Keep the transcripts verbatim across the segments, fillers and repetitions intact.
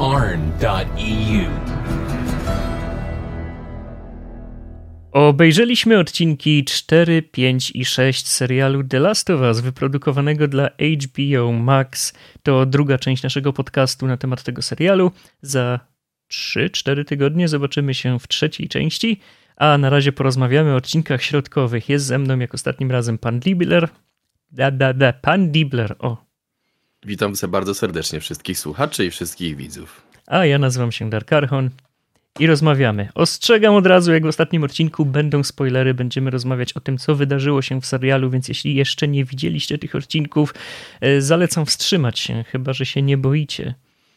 arn dot e u. Obejrzeliśmy odcinki cztery, pięć i sześć serialu The Last of Us, wyprodukowanego dla H B O Max. To druga część naszego podcastu na temat tego serialu. Za trzy cztery tygodnie zobaczymy się w trzeciej części, a na razie porozmawiamy o odcinkach środkowych. Jest ze mną jak ostatnim razem pan Dibler. Da, da, da, pan Dibler, o. Witam bardzo serdecznie wszystkich słuchaczy i wszystkich widzów. A ja nazywam się Dark Archon. I rozmawiamy. Ostrzegam od razu, jak w ostatnim odcinku będą spoilery, będziemy rozmawiać o tym, co wydarzyło się w serialu, więc jeśli jeszcze nie widzieliście tych odcinków, zalecam wstrzymać się, chyba że się nie boicie,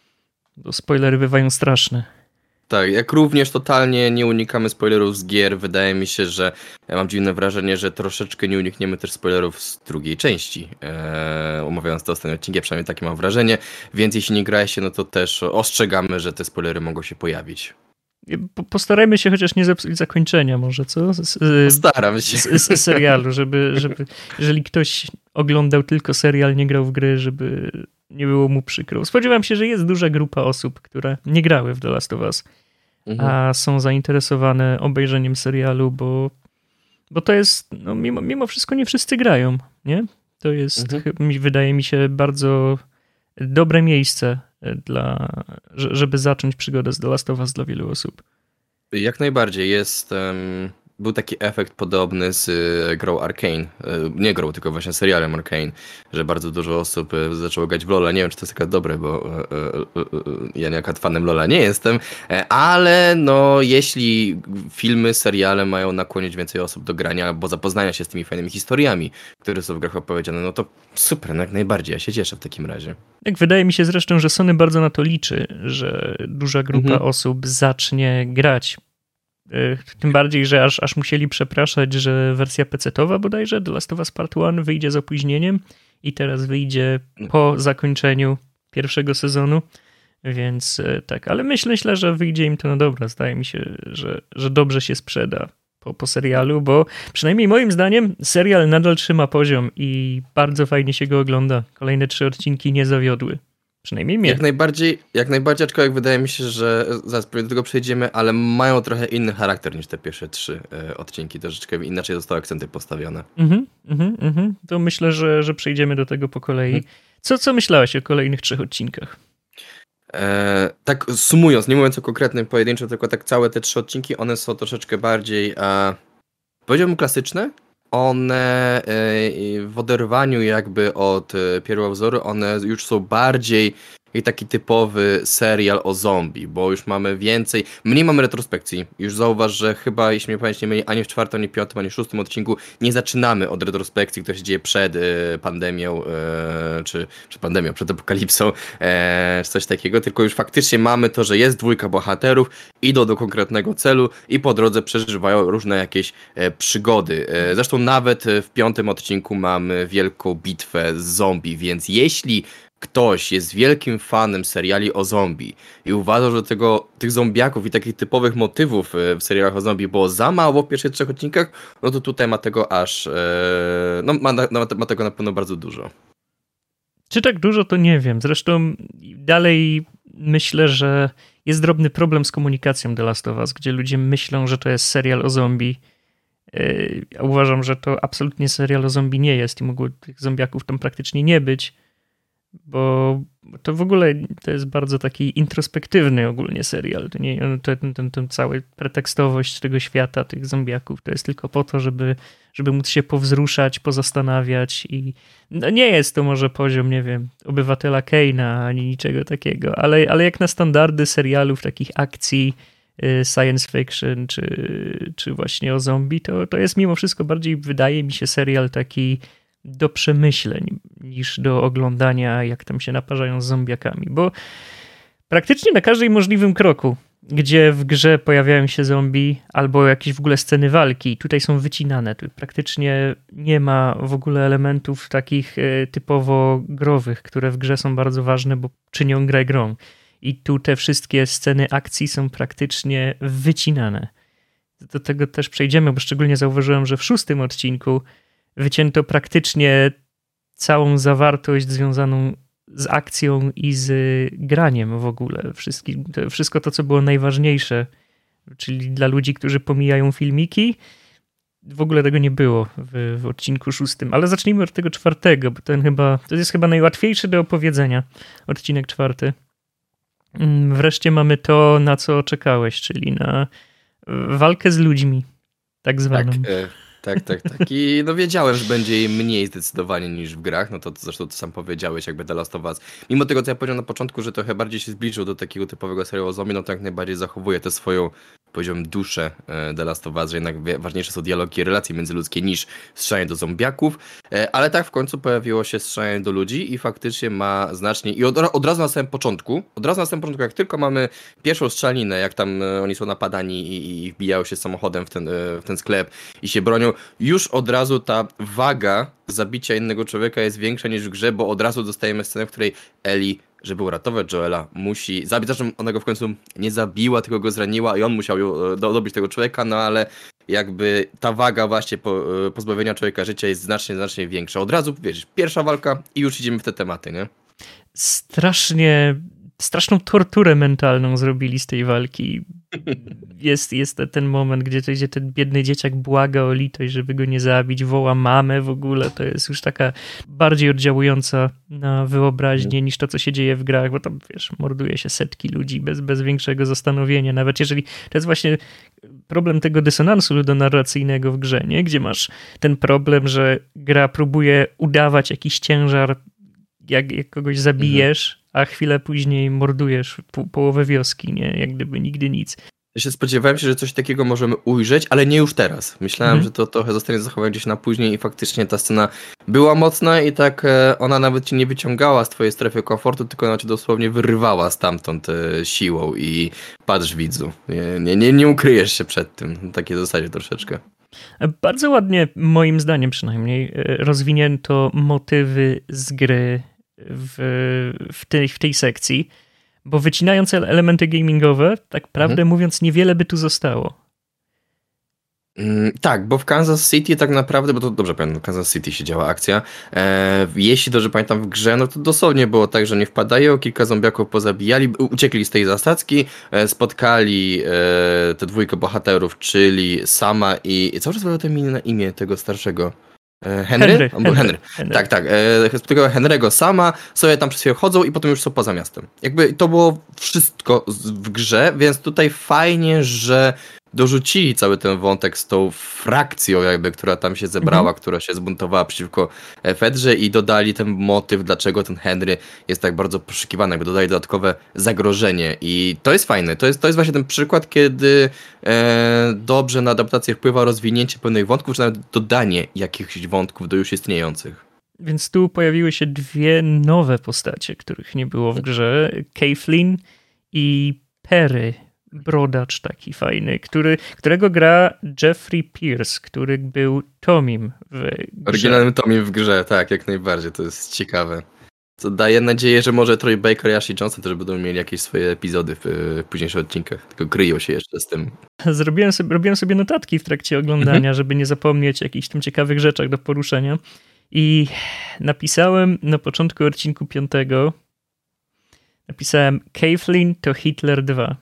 bo spoilery bywają straszne. Tak, jak również totalnie nie unikamy spoilerów z gier. Wydaje mi się, że ja mam dziwne wrażenie, że troszeczkę nie unikniemy też spoilerów z drugiej części, eee, omawiając te ostatnie odcinki, przynajmniej takie mam wrażenie, więc jeśli nie graliście, no to też ostrzegamy, że te spoilery mogą się pojawić. Postarajmy się chociaż nie zepsuć zakończenia może, co? Z, Staram się. Z, z serialu, żeby, żeby jeżeli ktoś oglądał tylko serial, nie grał w gry, żeby nie było mu przykro. Spodziewam się, że jest duża grupa osób, które nie grały w The Last of Us, mhm. a są zainteresowane obejrzeniem serialu, bo, bo to jest, no mimo, mimo wszystko nie wszyscy grają, nie? To jest, mhm. wydaje mi się, bardzo dobre miejsce dla, żeby zacząć przygodę z The Last of Us dla wielu osób. Jak najbardziej. Jest, um, był taki efekt podobny z y, grą Arcane. Y, nie grą, tylko właśnie serialem Arcane, że bardzo dużo osób y, zaczęło grać w LoL'a. Nie wiem, czy to jest taka dobre, bo y, y, y, y, ja akurat fanem LoL'a nie jestem, y, ale no jeśli filmy, seriale mają nakłonić więcej osób do grania, bo zapoznania się z tymi fajnymi historiami, które są w grach opowiedziane, no to super, no jak najbardziej. Ja się cieszę w takim razie. Tak, wydaje mi się zresztą, że Sony bardzo na to liczy, że duża grupa mhm. osób zacznie grać. Tym bardziej, że aż, aż musieli przepraszać, że wersja pecetowa bodajże The Last of Us Part jeden wyjdzie z opóźnieniem i teraz wyjdzie po zakończeniu pierwszego sezonu, więc tak, ale myślę, myślę, że wyjdzie im to na dobre. Zdaje mi się, że, że dobrze się sprzeda po, po serialu, bo przynajmniej moim zdaniem serial nadal trzyma poziom i bardzo fajnie się go ogląda. Kolejne trzy odcinki nie zawiodły. Przynajmniej mnie. Jak najbardziej, jak najbardziej, aczkolwiek wydaje mi się, że zaraz do tego przejdziemy, ale mają trochę inny charakter niż te pierwsze trzy e, odcinki. Troszeczkę inaczej zostały akcenty postawione. Mhm, mhm, mhm. To myślę, że, że przejdziemy do tego po kolei. Mhm. Co, co myślałeś o kolejnych trzech odcinkach? E, tak sumując, nie mówiąc o konkretnym pojedynczym, tylko tak całe te trzy odcinki, one są troszeczkę bardziej, e, powiedziałbym klasyczne. One w oderwaniu jakby od pierwowzoru, one już są bardziej jak taki typowy serial o zombie, bo już mamy więcej, mniej mamy retrospekcji. Już zauważ, że chyba, jeśli mnie pamięć nie myli, ani w czwartym, ani w piątym, ani w szóstym odcinku nie zaczynamy od retrospekcji, która się dzieje przed y, pandemią, y, czy przed pandemią, przed apokalipsą, y, czy coś takiego, tylko już faktycznie mamy to, że jest dwójka bohaterów, idą do konkretnego celu i po drodze przeżywają różne jakieś y, przygody. Y, zresztą nawet w piątym odcinku mamy wielką bitwę z zombie, więc jeśli ktoś jest wielkim fanem seriali o zombie i uważa, że tego, tych zombiaków i takich typowych motywów w serialach o zombie było za mało w pierwszych trzech odcinkach, no to tutaj ma tego aż, e, no ma, ma, ma tego na pewno bardzo dużo. Czy tak dużo, to nie wiem. Zresztą dalej myślę, że jest drobny problem z komunikacją The Last of Us, gdzie ludzie myślą, że to jest serial o zombie. Ja uważam, że to absolutnie serial o zombie nie jest i mogło tych zombiaków tam praktycznie nie być. Bo to w ogóle to jest bardzo taki introspektywny ogólnie serial. To nie, ten, ten, ten cały pretekstowość tego świata, tych zombiaków, to jest tylko po to, żeby, żeby móc się powzruszać, pozastanawiać i no nie jest to może poziom, nie wiem, Obywatela Kane'a ani niczego takiego, ale, ale jak na standardy serialów takich akcji, science fiction czy, czy właśnie o zombie, to, to jest mimo wszystko bardziej, wydaje mi się, serial taki do przemyśleń niż do oglądania, jak tam się naparzają z zombiakami, bo praktycznie na każdym możliwym kroku, gdzie w grze pojawiają się zombie albo jakieś w ogóle sceny walki, tutaj są wycinane. Tu praktycznie nie ma w ogóle elementów takich typowo growych, które w grze są bardzo ważne, bo czynią grę grą. I tu te wszystkie sceny akcji są praktycznie wycinane. Do tego też przejdziemy, bo szczególnie zauważyłem, że w szóstym odcinku wycięto praktycznie całą zawartość związaną z akcją i z graniem w ogóle. Wszystkim, to, wszystko to, co było najważniejsze, czyli dla ludzi, którzy pomijają filmiki, w ogóle tego nie było w, w odcinku szóstym. Ale zacznijmy od tego czwartego, bo ten chyba, to jest chyba najłatwiejszy do opowiedzenia, odcinek czwarty. Wreszcie mamy to, na co czekałeś, czyli na walkę z ludźmi, tak zwaną. Tak, e, tak, tak, tak. I no wiedziałem, że będzie jej mniej zdecydowanie niż w grach, no to zresztą to sam powiedziałeś, jakby The Last of Us. Mimo tego, co ja powiedziałem na początku, że trochę bardziej się zbliżył do takiego typowego serialu o zombie, no to jak najbardziej zachowuje tę swoją, powiedziałbym, duszę The Last of Us, że jednak ważniejsze są dialogi i relacje międzyludzkie niż strzelanie do zombiaków, ale tak w końcu pojawiło się strzelanie do ludzi i faktycznie ma znacznie, i od, od razu na samym początku, od razu na samym początku, jak tylko mamy pierwszą strzelaninę, jak tam oni są napadani i, i wbijają się samochodem w ten, w ten sklep i się bronią, już od razu ta waga zabicia innego człowieka jest większa niż w grze, bo od razu dostajemy scenę, w której Ellie, żeby uratować Joela, musi zabić, zresztą ona go w końcu nie zabiła, tylko go zraniła i on musiał ją, do, dobić tego człowieka, no ale jakby ta waga właśnie po, pozbawienia człowieka życia jest znacznie, znacznie większa. Od razu, wiesz, pierwsza walka i już idziemy w te tematy, nie? Strasznie, straszną torturę mentalną zrobili z tej walki. Jest, jest ten moment, gdzie, gdzie ten biedny dzieciak błaga o litość, żeby go nie zabić, woła mamę w ogóle. To jest już taka bardziej oddziałująca na wyobraźnię niż to, co się dzieje w grach, bo tam, wiesz, morduje się setki ludzi bez, bez większego zastanowienia. Nawet jeżeli to jest właśnie problem tego dysonansu ludonarracyjnego w grze, nie? Gdzie masz ten problem, że gra próbuje udawać jakiś ciężar, jak, jak kogoś zabijesz, mhm. a chwilę później mordujesz po, połowę wioski, nie? Jak gdyby nigdy nic. Ja się spodziewałem się, że coś takiego możemy ujrzeć, ale nie już teraz. Myślałem, mhm. że to trochę zostanie zachowane gdzieś na później i faktycznie ta scena była mocna i tak ona nawet cię nie wyciągała z twojej strefy komfortu, tylko ona cię dosłownie wyrywała stamtąd siłą i patrz widzu, nie, nie, nie, nie ukryjesz się przed tym. Na takiej zasadzie troszeczkę. Bardzo ładnie, moim zdaniem przynajmniej, rozwinięto motywy z gry w, w, tej, w tej sekcji, bo wycinając elementy gamingowe, tak prawdę mhm. mówiąc, niewiele by tu zostało. Mm, tak, bo w Kansas City tak naprawdę, bo to dobrze pamiętam, w Kansas City się działa akcja, e, jeśli dobrze pamiętam w grze, no to dosłownie było tak, że nie wpadają, kilka zombiaków pozabijali, uciekli z tej zasadzki, e, spotkali e, te dwójkę bohaterów, czyli Sama i, i cały czas pamiętam na imię tego starszego. Henry? Henry, Henry, Henry. Henry. Tak, tak. E, spotykają Henry'ego Sama, sobie tam przez chwilę chodzą i potem już są poza miastem. Jakby to było wszystko w grze, więc tutaj fajnie, że dorzucili cały ten wątek z tą frakcją jakby, która tam się zebrała, mhm. która się zbuntowała przeciwko Fedrze i dodali ten motyw, dlaczego ten Henry jest tak bardzo poszukiwany, jakby dodali dodatkowe zagrożenie i to jest fajne. To jest, to jest właśnie ten przykład, kiedy e, dobrze na adaptację wpływa rozwinięcie pewnych wątków, czy nawet dodanie jakichś wątków do już istniejących. Więc tu pojawiły się dwie nowe postacie, których nie było w grze. Caitlin i Perry. Brodacz taki fajny, który, którego gra Jeffrey Pierce, który był Tomim w grze. Oryginalnym Tomim w grze, tak, jak najbardziej, to jest ciekawe. Co daje nadzieję, że może Troy Baker i Ashley Johnson też będą mieli jakieś swoje epizody w, w późniejszych odcinkach, tylko kryją się jeszcze z tym. Zrobiłem sobie, robiłem sobie notatki w trakcie oglądania, mhm. żeby nie zapomnieć o jakichś tam ciekawych rzeczach do poruszenia i napisałem na początku odcinku piątego, napisałem Caitlin to Hitler dwa.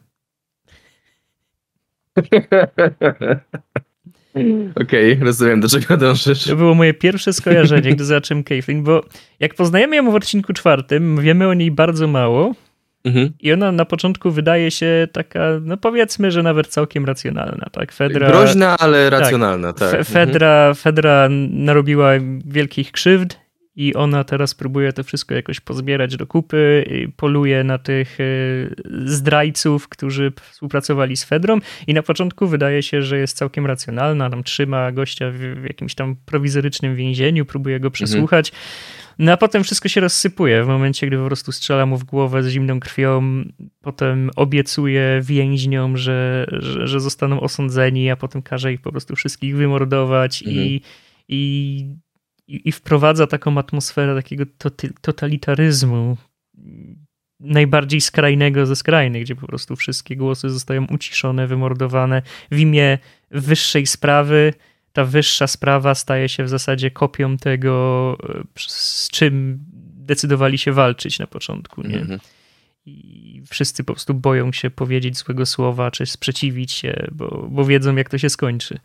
Okej, okay, rozumiem, do czego dążysz. To było moje pierwsze skojarzenie, gdy zobaczyłem Caitlin, bo jak poznajemy ją w odcinku czwartym, wiemy o niej bardzo mało mhm. i ona na początku wydaje się taka, no powiedzmy, że nawet całkiem racjonalna, tak? Fedra, groźna, ale racjonalna, tak. tak. Fedra, mhm. Fedra narobiła wielkich krzywd i ona teraz próbuje to wszystko jakoś pozbierać do kupy, poluje na tych zdrajców, którzy współpracowali z Fedrą i na początku wydaje się, że jest całkiem racjonalna, tam trzyma gościa w jakimś tam prowizorycznym więzieniu, próbuje go przesłuchać, mhm. no a potem wszystko się rozsypuje w momencie, gdy po prostu strzela mu w głowę z zimną krwią, potem obiecuje więźniom, że, że, że zostaną osądzeni, a potem każe ich po prostu wszystkich wymordować mhm. i, i I, i wprowadza taką atmosferę takiego totalitaryzmu, najbardziej skrajnego ze skrajnych, gdzie po prostu wszystkie głosy zostają uciszone, wymordowane w imię wyższej sprawy. Ta wyższa sprawa staje się w zasadzie kopią tego, z czym decydowali się walczyć na początku, nie? Mm-hmm. I wszyscy po prostu boją się powiedzieć złego słowa, czy sprzeciwić się, bo, bo wiedzą, jak to się skończy.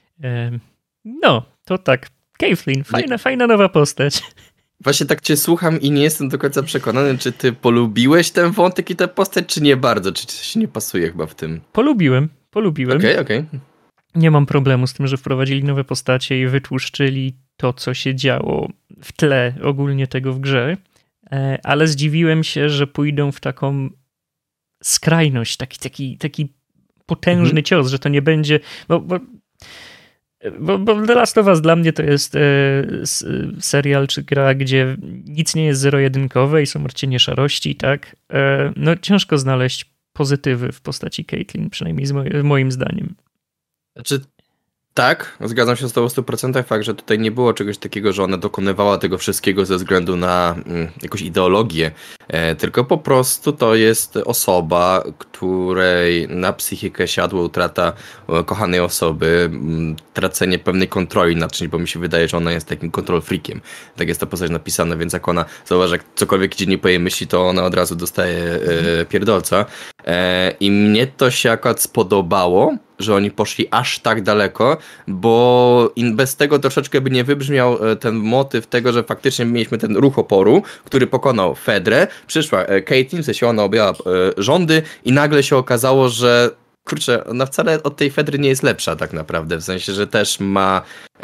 No, to tak. Caitlyn, fajna, fajna nowa postać. Właśnie tak cię słucham i nie jestem do końca przekonany, czy ty polubiłeś ten wątek i tę postać, czy nie bardzo, czy ci się nie pasuje chyba w tym. Polubiłem, polubiłem. Okej, okay, okej. Okay. Nie mam problemu z tym, że wprowadzili nowe postacie i wytłuszczyli to, co się działo w tle ogólnie tego w grze, ale zdziwiłem się, że pójdą w taką skrajność, taki, taki, taki potężny mhm. cios, że to nie będzie... Bo, bo, bo, bo The Last of Us dla mnie to jest e, serial czy gra, gdzie nic nie jest zero-jedynkowe i są odcienie szarości, tak? E, no ciężko znaleźć pozytywy w postaci Caitlyn, przynajmniej z moim, moim zdaniem. Znaczy, tak, zgadzam się z tobą w stu procentach. Fakt, że tutaj nie było czegoś takiego, że ona dokonywała tego wszystkiego ze względu na mm, jakąś ideologię, e, tylko po prostu to jest osoba, której na psychikę siadła utrata e, kochanej osoby, m, tracenie pewnej kontroli nad czymś, bo mi się wydaje, że ona jest takim control freakiem. Tak jest to postać napisane, więc jak ona zauważy, jak cokolwiek idzie nie po jej myśli, to ona od razu dostaje e, pierdolca. E, I mnie to się akurat spodobało, że oni poszli aż tak daleko, bo bez tego troszeczkę by nie wybrzmiał ten motyw tego, że faktycznie mieliśmy ten ruch oporu, który pokonał Fedrę, przyszła Caitlyn, w sensie ona objęła rządy i nagle się okazało, że kurczę, ona wcale od tej Fedry nie jest lepsza tak naprawdę, w sensie, że też ma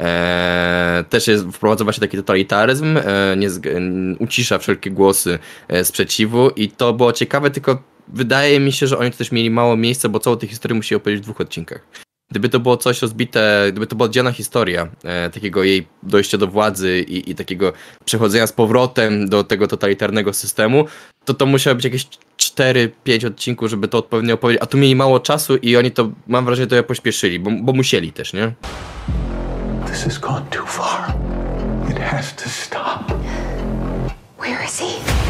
e, też jest, wprowadza właśnie taki totalitaryzm, e, nie, ucisza wszelkie głosy e, sprzeciwu i to było ciekawe, tylko wydaje mi się, że oni też mieli mało miejsca, bo całą tę historię musieli opowiedzieć w dwóch odcinkach. Gdyby to było coś rozbite, gdyby to była oddzielna historia, e, takiego jej dojścia do władzy i, i takiego przechodzenia z powrotem do tego totalitarnego systemu, to to musiało być jakieś cztery pięć odcinków, żeby to odpowiednio opowiedzieć, a tu mieli mało czasu i oni to, mam wrażenie, to je pośpieszyli, bo, bo musieli też, nie? This has gone too far. It has to stop. Where is he?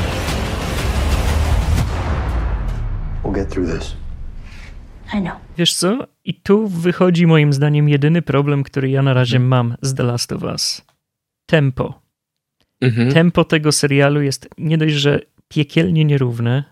We'll get through this. I know. Wiesz co? I tu wychodzi moim zdaniem jedyny problem, który ja na razie mam z The Last of Us. Tempo. Mhm. Tempo tego serialu jest nie dość, że piekielnie nierówne,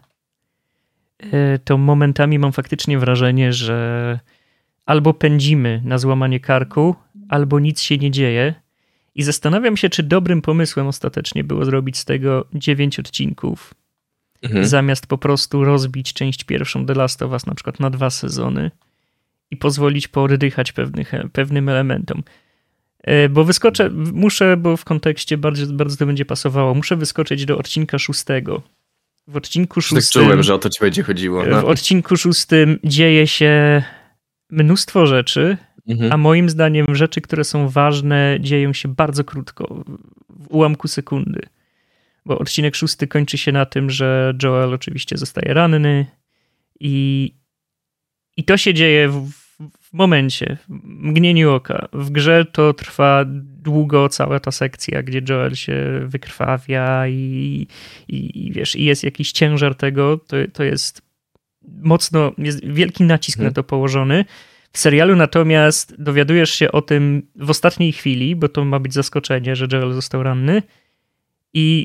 to momentami mam faktycznie wrażenie, że albo pędzimy na złamanie karku, albo nic się nie dzieje. I zastanawiam się, czy dobrym pomysłem ostatecznie było zrobić z tego dziewięć odcinków, mhm. zamiast po prostu rozbić część pierwszą The Last of Us na przykład na dwa sezony i pozwolić pooddychać pewnych, pewnym elementom. Bo wyskoczę, muszę, bo w kontekście bardzo, bardzo to będzie pasowało, muszę wyskoczyć do odcinka szóstego. W odcinku szóstym... Tak czułem, że o to ci będzie chodziło. No. W odcinku szóstym dzieje się mnóstwo rzeczy, mhm. a moim zdaniem rzeczy, które są ważne, dzieją się bardzo krótko, w ułamku sekundy. Bo odcinek szósty kończy się na tym, że Joel oczywiście zostaje ranny i, i to się dzieje w, w momencie, w mgnieniu oka. W grze to trwa długo, cała ta sekcja, gdzie Joel się wykrwawia i, i, i wiesz, i jest jakiś ciężar tego, to, to jest mocno, jest wielki nacisk hmm. na to położony. W serialu natomiast dowiadujesz się o tym w ostatniej chwili, bo to ma być zaskoczenie, że Joel został ranny i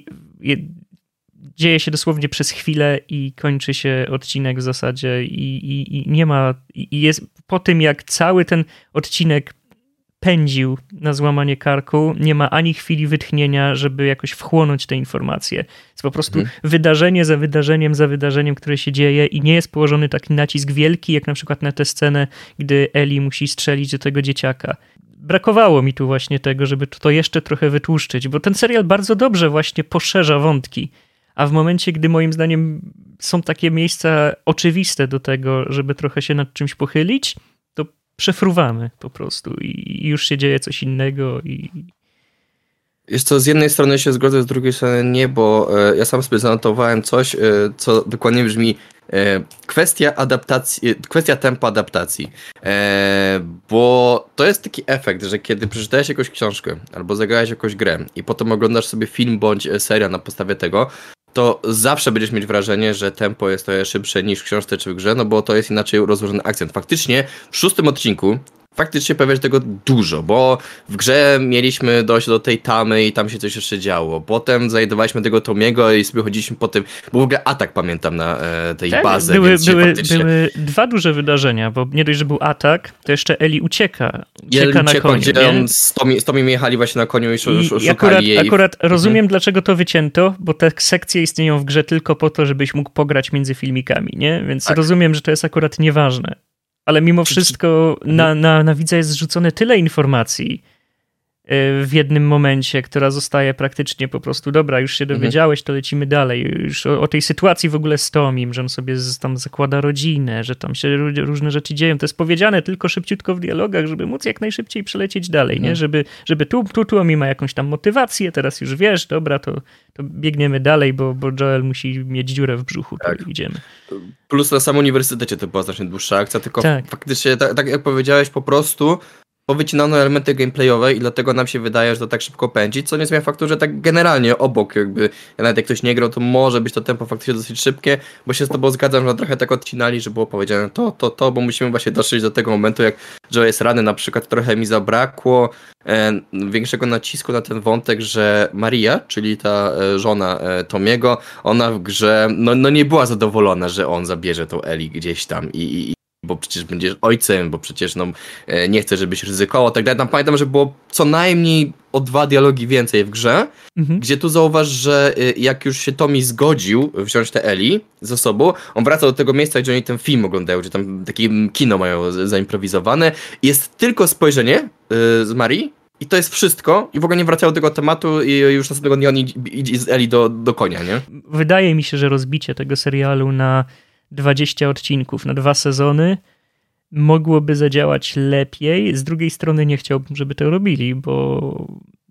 dzieje się dosłownie przez chwilę i kończy się odcinek w zasadzie i, i, i nie ma, i jest po tym jak cały ten odcinek pędził na złamanie karku, nie ma ani chwili wytchnienia, żeby jakoś wchłonąć te informacje. Jest po prostu mhm. wydarzenie za wydarzeniem, za wydarzeniem, które się dzieje i nie jest położony taki nacisk wielki, jak na przykład na tę scenę, gdy Ellie musi strzelić do tego dzieciaka. Brakowało mi tu właśnie tego, żeby to jeszcze trochę wytłuszczyć, bo ten serial bardzo dobrze właśnie poszerza wątki, a w momencie, gdy moim zdaniem są takie miejsca oczywiste do tego, żeby trochę się nad czymś pochylić, to przefruwamy po prostu i już się dzieje coś innego i... Jest to z jednej strony się zgodzę, z drugiej strony nie, bo e, ja sam sobie zanotowałem coś, e, co dokładnie brzmi e, kwestia adaptacji, kwestia tempa adaptacji, e, bo to jest taki efekt, że kiedy przeczytałeś jakąś książkę albo zagrałeś jakąś grę i potem oglądasz sobie film bądź serial na podstawie tego, to zawsze będziesz mieć wrażenie, że tempo jest trochę szybsze niż w książce czy w grze, no bo to jest inaczej rozłożony akcent. Faktycznie w szóstym odcinku faktycznie pojawia się tego dużo, bo w grze mieliśmy dojść do tej tamy i tam się coś jeszcze działo. Potem znajdowaliśmy tego Tomiego i sobie chodziliśmy po tym, bo w ogóle atak pamiętam na e, tej tak, bazy. Były, więc były, faktycznie... były dwa duże wydarzenia, bo nie dość, że był atak, to jeszcze Eli ucieka. Ucieka na koniu. Gdzie on z Tomi, z Tomi jechali właśnie na koniu i, I szukali I akurat, jej. akurat rozumiem, mhm. dlaczego to wycięto, bo te sekcje istnieją w grze tylko po to, żebyś mógł pograć między filmikami, nie? Więc tak. rozumiem, że to jest akurat nieważne. Ale mimo wszystko na, na, na widza jest zrzucone tyle informacji w jednym momencie, która zostaje praktycznie po prostu, dobra, już się dowiedziałeś, to lecimy dalej. Już o, o tej sytuacji w ogóle z Tomim, że on sobie z, tam zakłada rodzinę, że tam się różne rzeczy dzieją. To jest powiedziane tylko szybciutko w dialogach, żeby móc jak najszybciej przelecieć dalej, nie? Żeby, żeby tu, tu Tommy ma jakąś tam motywację, teraz już wiesz, dobra, to, to biegniemy dalej, bo, bo Joel musi mieć dziurę w brzuchu, to tak. idziemy. Plus na samym uniwersytecie to była znacznie dłuższa akcja, tylko tak. faktycznie, tak, tak jak powiedziałeś, po prostu powycinano elementy gameplayowe i dlatego nam się wydaje, że to tak szybko pędzi, co nie zmienia faktu, że tak generalnie obok jakby, nawet jak ktoś nie grał, to może być to tempo faktycznie dosyć szybkie, bo się z tobą zgadzam, że trochę tak odcinali, że było powiedziane to, to, to, bo musimy właśnie dotrzeć do tego momentu, jak Joe jest rany, na przykład trochę mi zabrakło e, większego nacisku na ten wątek, że Maria, czyli ta e, żona e, Tomiego, ona w grze, no, no nie była zadowolona, że on zabierze tą Eli gdzieś tam i, i bo przecież będziesz ojcem, bo przecież no, nie chcę, żebyś ryzykował, tak dalej. Tam pamiętam, że było co najmniej o dwa dialogi więcej w grze, mhm. gdzie tu zauważ, że jak już się Tommy zgodził wziąć tę Eli ze sobą, on wraca do tego miejsca, gdzie oni ten film oglądają, gdzie tam takie kino mają zaimprowizowane. Jest tylko spojrzenie yy, z Marii i to jest wszystko i w ogóle nie wracają do tego tematu i już następnego dnia on idzie z Eli do, do konia, nie? Wydaje mi się, że rozbicie tego serialu na dwadzieścia odcinków na dwa sezony mogłoby zadziałać lepiej. Z drugiej strony nie chciałbym, żeby to robili, bo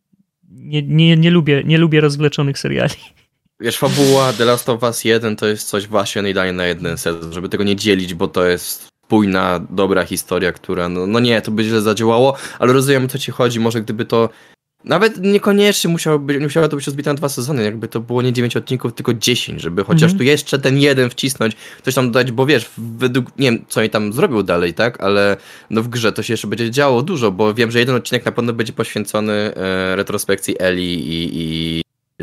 nie, nie, nie, lubię, nie lubię rozwleczonych seriali. Wiesz, fabuła The Last of Us jeden to jest coś właśnie najdalej na jeden sezon, żeby tego nie dzielić, bo to jest spójna, dobra historia, która, no, no nie, to by źle zadziałało, ale rozumiem, o co ci chodzi, może gdyby to nawet niekoniecznie musiało być, musiało to być rozbite na dwa sezony, jakby to było nie dziewięć odcinków, tylko dziesięć, żeby chociaż mm-hmm. tu jeszcze ten jeden wcisnąć, coś tam dodać, bo wiesz, według, nie wiem, co oni tam zrobią dalej, tak, ale no w grze to się jeszcze będzie działo dużo, bo wiem, że jeden odcinek na pewno będzie poświęcony e, retrospekcji Eli i, i,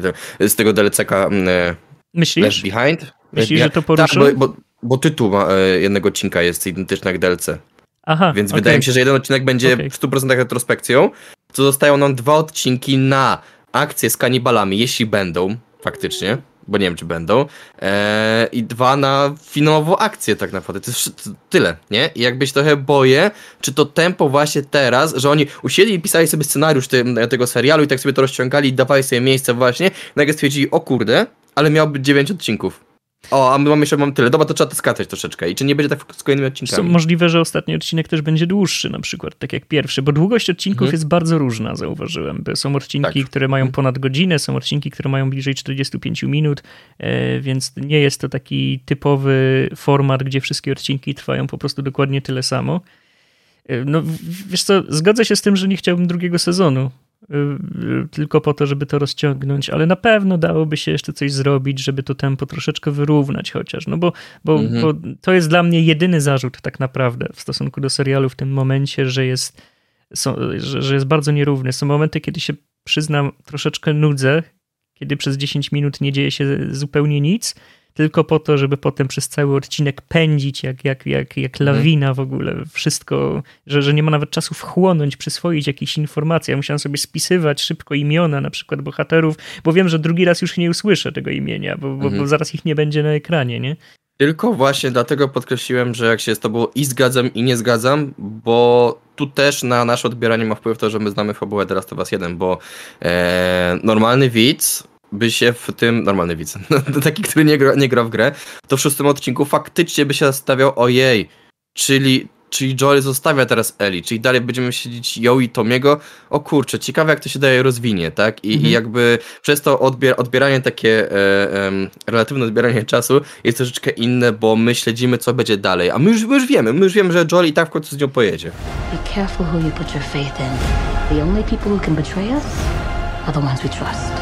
i z tego D L C-ka e, Myślisz? Left Behind. Myślisz, że to poruszą? Tak, bo, bo, bo tytuł ma, e, jednego odcinka jest identyczny jak D L C. Aha, Więc okay. wydaje mi się, że jeden odcinek będzie okay. w stu procentach retrospekcją, to zostają nam dwa odcinki na akcje z kanibalami, jeśli będą, faktycznie, bo nie wiem, czy będą, eee, i dwa na finałową akcję tak naprawdę. To jest tyle, nie? I jakby się trochę boję, czy to tempo właśnie teraz, że oni usiedli i pisali sobie scenariusz te, tego serialu i tak sobie to rozciągali i dawali sobie miejsce właśnie, nagle stwierdzili, o kurde, ale miał być dziewięć odcinków. O, a my mamy jeszcze mam tyle. Dobra, to trzeba to skakać troszeczkę. I czy nie będzie tak z kolejnymi odcinkami? Są możliwe, że ostatni odcinek też będzie dłuższy na przykład, tak jak pierwszy, bo długość odcinków mhm. jest bardzo różna, zauważyłem. Są odcinki, tak. które mają ponad godzinę, są odcinki, które mają bliżej czterdzieści pięć minut, więc nie jest to taki typowy format, gdzie wszystkie odcinki trwają po prostu dokładnie tyle samo. No wiesz co, zgodzę się z tym, że nie chciałbym drugiego sezonu. Tylko po to, żeby to rozciągnąć, ale na pewno dałoby się jeszcze coś zrobić, żeby to tempo troszeczkę wyrównać chociaż, no bo, bo, mhm. bo to jest dla mnie jedyny zarzut tak naprawdę w stosunku do serialu w tym momencie, że jest, są, że, że jest bardzo nierówny. Są momenty, kiedy się, przyznam, troszeczkę nudzę, kiedy przez dziesięć minut nie dzieje się zupełnie nic, tylko po to, żeby potem przez cały odcinek pędzić jak, jak, jak, jak lawina w ogóle. Wszystko, że, że nie ma nawet czasu wchłonąć, przyswoić jakichś informacji. Ja musiałem sobie spisywać szybko imiona na przykład bohaterów, bo wiem, że drugi raz już nie usłyszę tego imienia, bo, bo, bo zaraz ich nie będzie na ekranie, nie? Tylko właśnie dlatego podkreśliłem, że jak się z tobą i zgadzam, i nie zgadzam, bo tu też na nasze odbieranie ma wpływ to, że my znamy fabułę The Last of Us jeden, bo e, normalny widz by się w tym, normalny widz, taki, który nie gra, nie gra w grę, to w szóstym odcinku faktycznie by się zastanawiał, ojej, czyli, czyli Joel zostawia teraz Eli, czyli dalej będziemy siedzieć ją i Tomiego, o kurczę, ciekawe jak to się dalej rozwinie, tak? I, mhm. i jakby przez to odbier- odbieranie takie, e, e, relatywne odbieranie czasu jest troszeczkę inne, bo my śledzimy, co będzie dalej, a my już, my już wiemy, my już wiemy, że Joel i tak w końcu z nią pojedzie. Be careful who you put your faith in. The only people who can betray us are the ones we trust.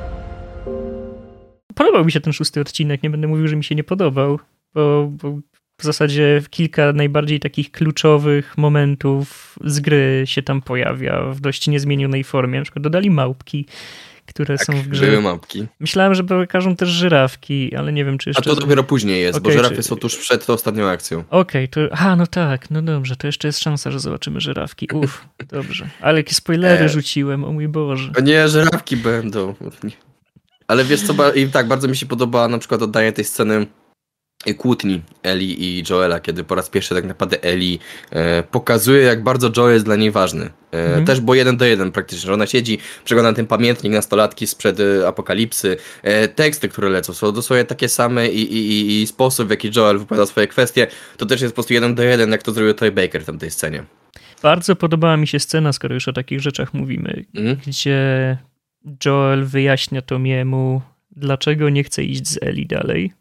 Podobał mi się ten szósty odcinek, nie będę mówił, że mi się nie podobał, bo, bo w zasadzie kilka najbardziej takich kluczowych momentów z gry się tam pojawia w dość niezmienionej formie. Na przykład dodali małpki, które Tak, są w grze. były małpki. Myślałem, że pokażą też żyrawki, ale nie wiem, czy jeszcze... A to dopiero później jest, okay, bo żyrafy czy... są tuż przed tą ostatnią akcją. Okej, okay, to... A, no tak, no dobrze, to jeszcze jest szansa, że zobaczymy żyrawki. Uff, dobrze. Ale jakie spoilery e... rzuciłem, o mój Boże. To nie, żyrawki będą. Ale wiesz co, i tak, bardzo mi się podoba na przykład oddanie tej sceny kłótni Eli i Joela, kiedy po raz pierwszy tak naprawdę Eli e, pokazuje, jak bardzo Joel jest dla niej ważny. E, mhm. Też było jeden do jeden praktycznie, że ona siedzi, przegląda ten pamiętnik nastolatki sprzed e, apokalipsy. E, teksty, które lecą, są dosłownie takie same i, i, i sposób, w jaki Joel wypowiada swoje kwestie, to też jest po prostu jeden do jeden, jak to zrobił Troy Baker w tamtej scenie. Bardzo podobała mi się scena, skoro już o takich rzeczach mówimy, mhm. gdzie Joel wyjaśnia Tomiemu, dlaczego nie chce iść z Eli dalej.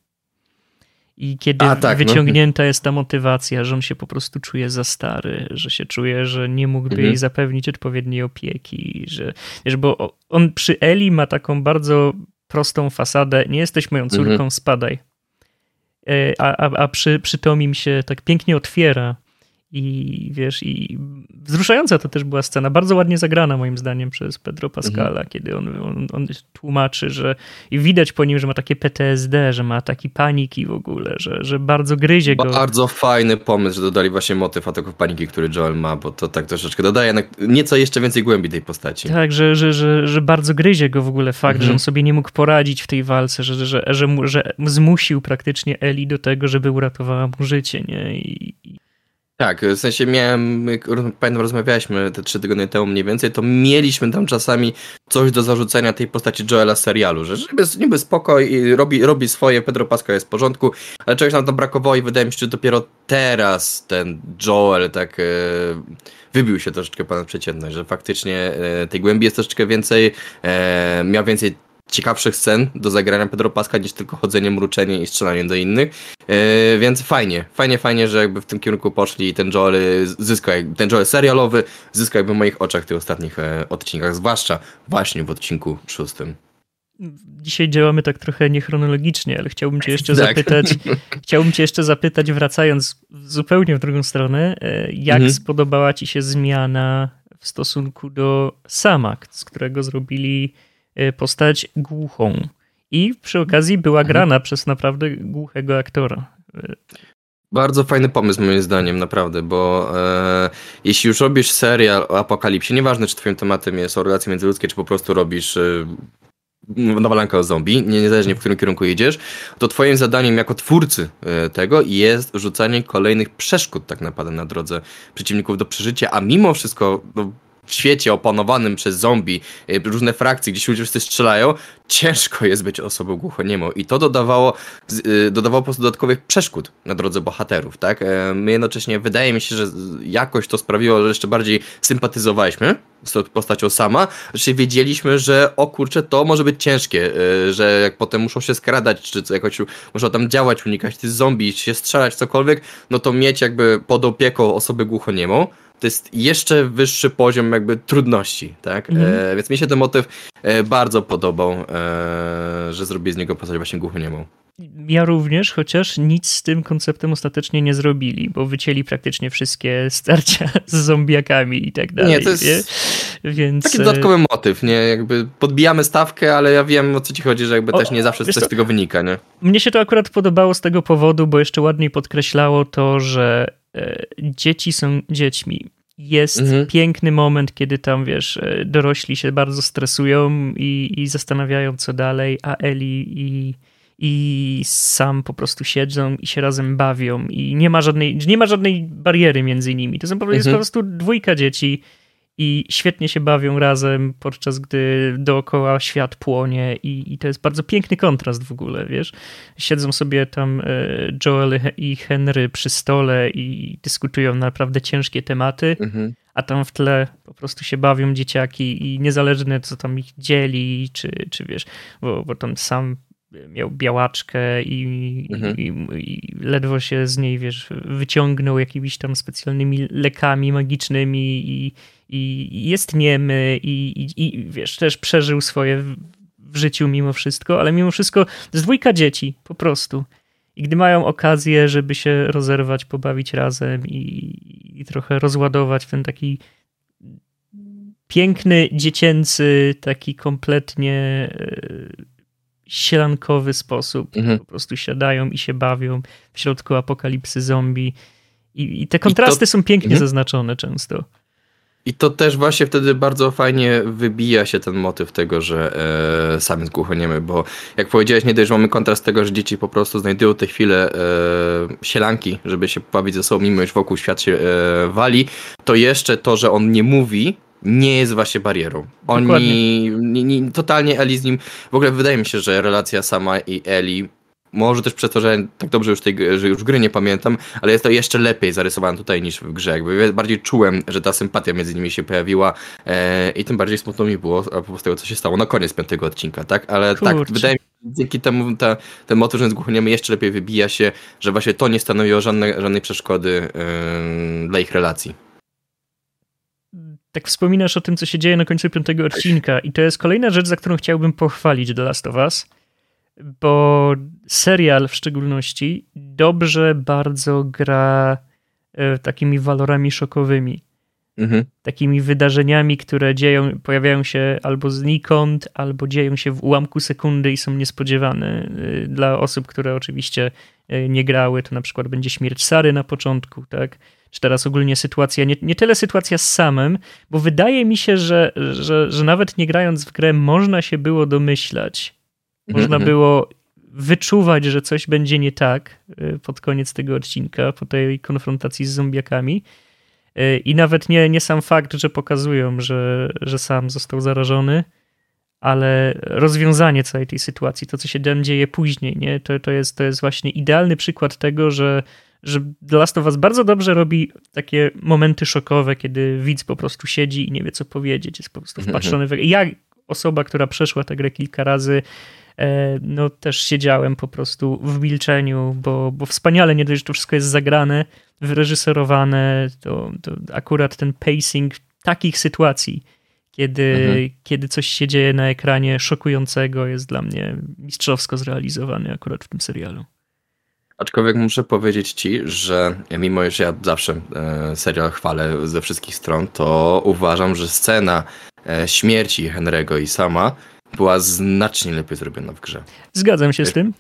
I kiedy A, tak, wyciągnięta no. jest ta motywacja, że on się po prostu czuje za stary, że się czuje, że nie mógłby mhm. jej zapewnić odpowiedniej opieki, że wiesz, bo on przy Eli ma taką bardzo prostą fasadę, nie jesteś moją córką, mhm. spadaj. A, a, a przy, przy Tomim się tak pięknie otwiera i wiesz, i wzruszająca to też była scena, bardzo ładnie zagrana moim zdaniem przez Pedro Pascala, mhm. kiedy on, on, on tłumaczy, że i widać po nim, że ma takie P T S D, że ma taki paniki w ogóle, że, że bardzo gryzie go. Bardzo fajny pomysł, że dodali właśnie motyw ataków paniki, który Joel ma, bo to tak troszeczkę dodaje nieco jeszcze więcej głębi tej postaci. Tak, że, że, że, że bardzo gryzie go w ogóle fakt, mhm. że on sobie nie mógł poradzić w tej walce, że, że, że, mu, że zmusił praktycznie Eli do tego, żeby uratowała mu życie, nie? I, i... Tak, w sensie miałem, pamiętam, rozmawialiśmy te trzy tygodnie temu mniej więcej, to mieliśmy tam czasami coś do zarzucenia tej postaci Joela z serialu, że niby, niby spoko i robi, robi swoje, Pedro Pascal jest w porządku, ale czegoś nam tam brakowało i wydaje mi się, że dopiero teraz ten Joel tak e, wybił się troszeczkę ponad przeciętność, że faktycznie e, tej głębi jest troszeczkę więcej, e, miał więcej ciekawszych scen do zagrania Pedro Pascal niż tylko chodzenie, mruczenie i strzelanie do innych, yy, więc fajnie, fajnie, fajnie, że jakby w tym kierunku poszli i ten Joel zyskał, ten Joel serialowy zyskał jakby w moich oczach w tych ostatnich e, odcinkach, zwłaszcza właśnie w odcinku szóstym. Dzisiaj działamy tak trochę niechronologicznie, ale chciałbym cię jeszcze tak. zapytać, chciałbym cię jeszcze zapytać, wracając zupełnie w drugą stronę, jak mhm. spodobała ci się zmiana w stosunku do Sama, z którego zrobili postać głuchą. I przy okazji była grana mhm. przez naprawdę głuchego aktora. Bardzo fajny pomysł moim zdaniem, naprawdę, bo e, jeśli już robisz serial o apokalipsie, nieważne czy twoim tematem jest o relacje międzyludzkie, czy po prostu robisz e, nawalankę o zombie, nie, niezależnie w którym kierunku idziesz, to twoim zadaniem jako twórcy e, tego jest rzucanie kolejnych przeszkód tak naprawdę na drodze przeciwników do przeżycia, a mimo wszystko no, w świecie opanowanym przez zombie, różne frakcje, gdzie się ludzie wszyscy strzelają, ciężko jest być osobą głuchoniemą i to dodawało, dodawało po prostu dodatkowych przeszkód na drodze bohaterów, tak? My jednocześnie, wydaje mi się, że jakoś to sprawiło, że jeszcze bardziej sympatyzowaliśmy z tą postacią Sama, że wiedzieliśmy, że o kurczę, to może być ciężkie, że jak potem muszą się skradać, czy jakoś muszą tam działać, unikać tych zombie, się strzelać, cokolwiek, no to mieć jakby pod opieką osobę głuchoniemą, to jest jeszcze wyższy poziom jakby trudności, tak? Mm. E, więc mi się ten motyw e, bardzo podobał, e, że zrobili z niego postać właśnie głuchoniemą. Ja również, chociaż nic z tym konceptem ostatecznie nie zrobili, bo wycięli praktycznie wszystkie starcia z zombiakami i tak dalej. Nie, to jest nie? Więc... taki dodatkowy motyw, nie? Jakby podbijamy stawkę, ale ja wiem, o co ci chodzi, że jakby o, też nie zawsze coś z tego wynika, nie? Mnie się to akurat podobało z tego powodu, bo jeszcze ładniej podkreślało to, że e, dzieci są dziećmi. Jest mhm. piękny moment, kiedy tam, wiesz, dorośli się bardzo stresują i, i zastanawiają, co dalej, a Eli i, i Sam po prostu siedzą i się razem bawią i nie ma żadnej, nie ma żadnej bariery między nimi. To są, mhm. jest po prostu dwójka dzieci i świetnie się bawią razem, podczas gdy dookoła świat płonie i, i to jest bardzo piękny kontrast w ogóle, wiesz. Siedzą sobie tam Joel i Henry przy stole i dyskutują na naprawdę ciężkie tematy, mhm. a tam w tle po prostu się bawią dzieciaki i niezależne co tam ich dzieli, czy, czy wiesz, bo, bo tam Sam miał białaczkę i, mhm. i, i ledwo się z niej, wiesz, wyciągnął jakimiś tam specjalnymi lekami magicznymi i, i jest niemy i, i, i wiesz, też przeżył swoje w, w życiu mimo wszystko, ale mimo wszystko to jest dwójka dzieci, po prostu. I gdy mają okazję, żeby się rozerwać, pobawić razem i, i trochę rozładować w ten taki piękny, dziecięcy, taki kompletnie e, sielankowy sposób. Mhm. Po prostu siadają i się bawią w środku apokalipsy zombie. I, i te kontrasty to... są pięknie mhm. zaznaczone często. I to też właśnie wtedy bardzo fajnie wybija się ten motyw tego, że e, sam jest głuchoniemy, bo jak powiedziałeś, nie dość, że mamy kontrast tego, że dzieci po prostu znajdują te chwile e, sielanki, żeby się pobawić ze sobą, mimo iż wokół świat się e, wali, to jeszcze to, że on nie mówi, nie jest właśnie barierą. Oni, nie, nie, totalnie Eli z nim, w ogóle wydaje mi się, że relacja sama i Eli, może też przez to, że tak dobrze już tej, że już gry nie pamiętam, ale jest to jeszcze lepiej zarysowane tutaj niż w grze. Jakby bardziej czułem, że ta sympatia między nimi się pojawiła e, i tym bardziej smutno mi było a po tego, co się stało na koniec piątego odcinka, tak? Ale Kurczę. tak, wydaje mi się, że dzięki temu ta, ten motyw, że jest głuchoniemy, jeszcze lepiej wybija się, że właśnie to nie stanowiło żadne, żadnej przeszkody e, dla ich relacji. Tak wspominasz o tym, co się dzieje na końcu piątego odcinka i to jest kolejna rzecz, za którą chciałbym pochwalić The Last of Us, bo serial w szczególności dobrze bardzo gra e, takimi walorami szokowymi. Mhm. Takimi wydarzeniami, które dzieją, pojawiają się albo znikąd, albo dzieją się w ułamku sekundy i są niespodziewane. E, dla osób, które oczywiście e, nie grały, to na przykład będzie śmierć Sary na początku, tak? Czy teraz ogólnie sytuacja, nie, nie tyle sytuacja z samym, bo wydaje mi się, że, że, że nawet nie grając w grę można się było domyślać. Można mm-hmm. było wyczuwać, że coś będzie nie tak pod koniec tego odcinka, po tej konfrontacji z zombiakami. I nawet nie, nie sam fakt, że pokazują, że, że sam został zarażony, ale rozwiązanie całej tej sytuacji, to co się tam dzieje później, nie? To, to, jest, to jest właśnie idealny przykład tego, że że The Last of Us bardzo dobrze robi takie momenty szokowe, kiedy widz po prostu siedzi i nie wie, co powiedzieć, jest po prostu wpatrzony w... Ja, osoba, która przeszła tę grę kilka razy, no też siedziałem po prostu w milczeniu, bo, bo wspaniale, nie dość, że to wszystko jest zagrane, wyreżyserowane, to, to akurat ten pacing takich sytuacji, kiedy, mhm. kiedy coś się dzieje na ekranie szokującego, jest dla mnie mistrzowsko zrealizowany akurat w tym serialu. Aczkolwiek muszę powiedzieć ci, że mimo iż ja zawsze e, serial chwalę ze wszystkich stron, to uważam, że scena e, śmierci Henry'ego i Sama była znacznie lepiej zrobiona w grze. Zgadzam się z tym.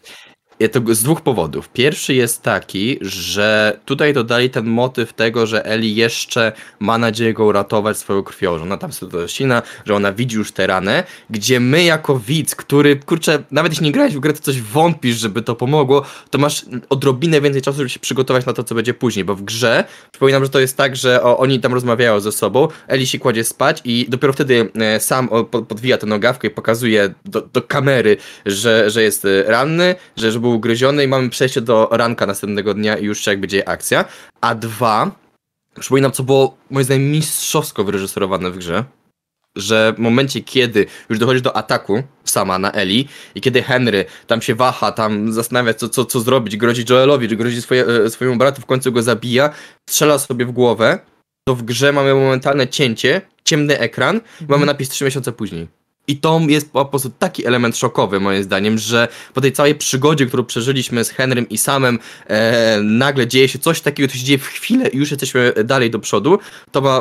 To z dwóch powodów. Pierwszy jest taki, że tutaj dodali ten motyw tego, że Eli jeszcze ma nadzieję go uratować swoją krwią, że ona tam sobie to ścina, że ona widzi już tę ranę, gdzie my jako widz, który, kurczę, nawet jeśli nie grałeś w grę, to coś wątpisz, żeby to pomogło, to masz odrobinę więcej czasu, żeby się przygotować na to, co będzie później, bo w grze przypominam, że to jest tak, że o, oni tam rozmawiają ze sobą, Eli się kładzie spać i dopiero wtedy e, sam o, podwija tę nogawkę i pokazuje do, do kamery, że, że jest ranny, że, że był ugryziony i mamy przejście do ranka następnego dnia i już się jakby dzieje akcja. A dwa, przypominam, co było moim zdaniem mistrzowsko wyreżyserowane w grze, że w momencie, kiedy już dochodzi do ataku Sama na Eli i kiedy Henry tam się waha, tam zastanawia, co, co, co zrobić, grozi Joelowi, czy grozi swoje, swojemu bratu, w końcu go zabija, strzela sobie w głowę, to w grze mamy momentalne cięcie, ciemny ekran i mm. mamy napis trzy miesiące później. I to jest po prostu taki element szokowy moim zdaniem, że po tej całej przygodzie, którą przeżyliśmy z Henrym i Samem, e, nagle dzieje się coś takiego, co się dzieje w chwilę i już jesteśmy dalej do przodu, to ma,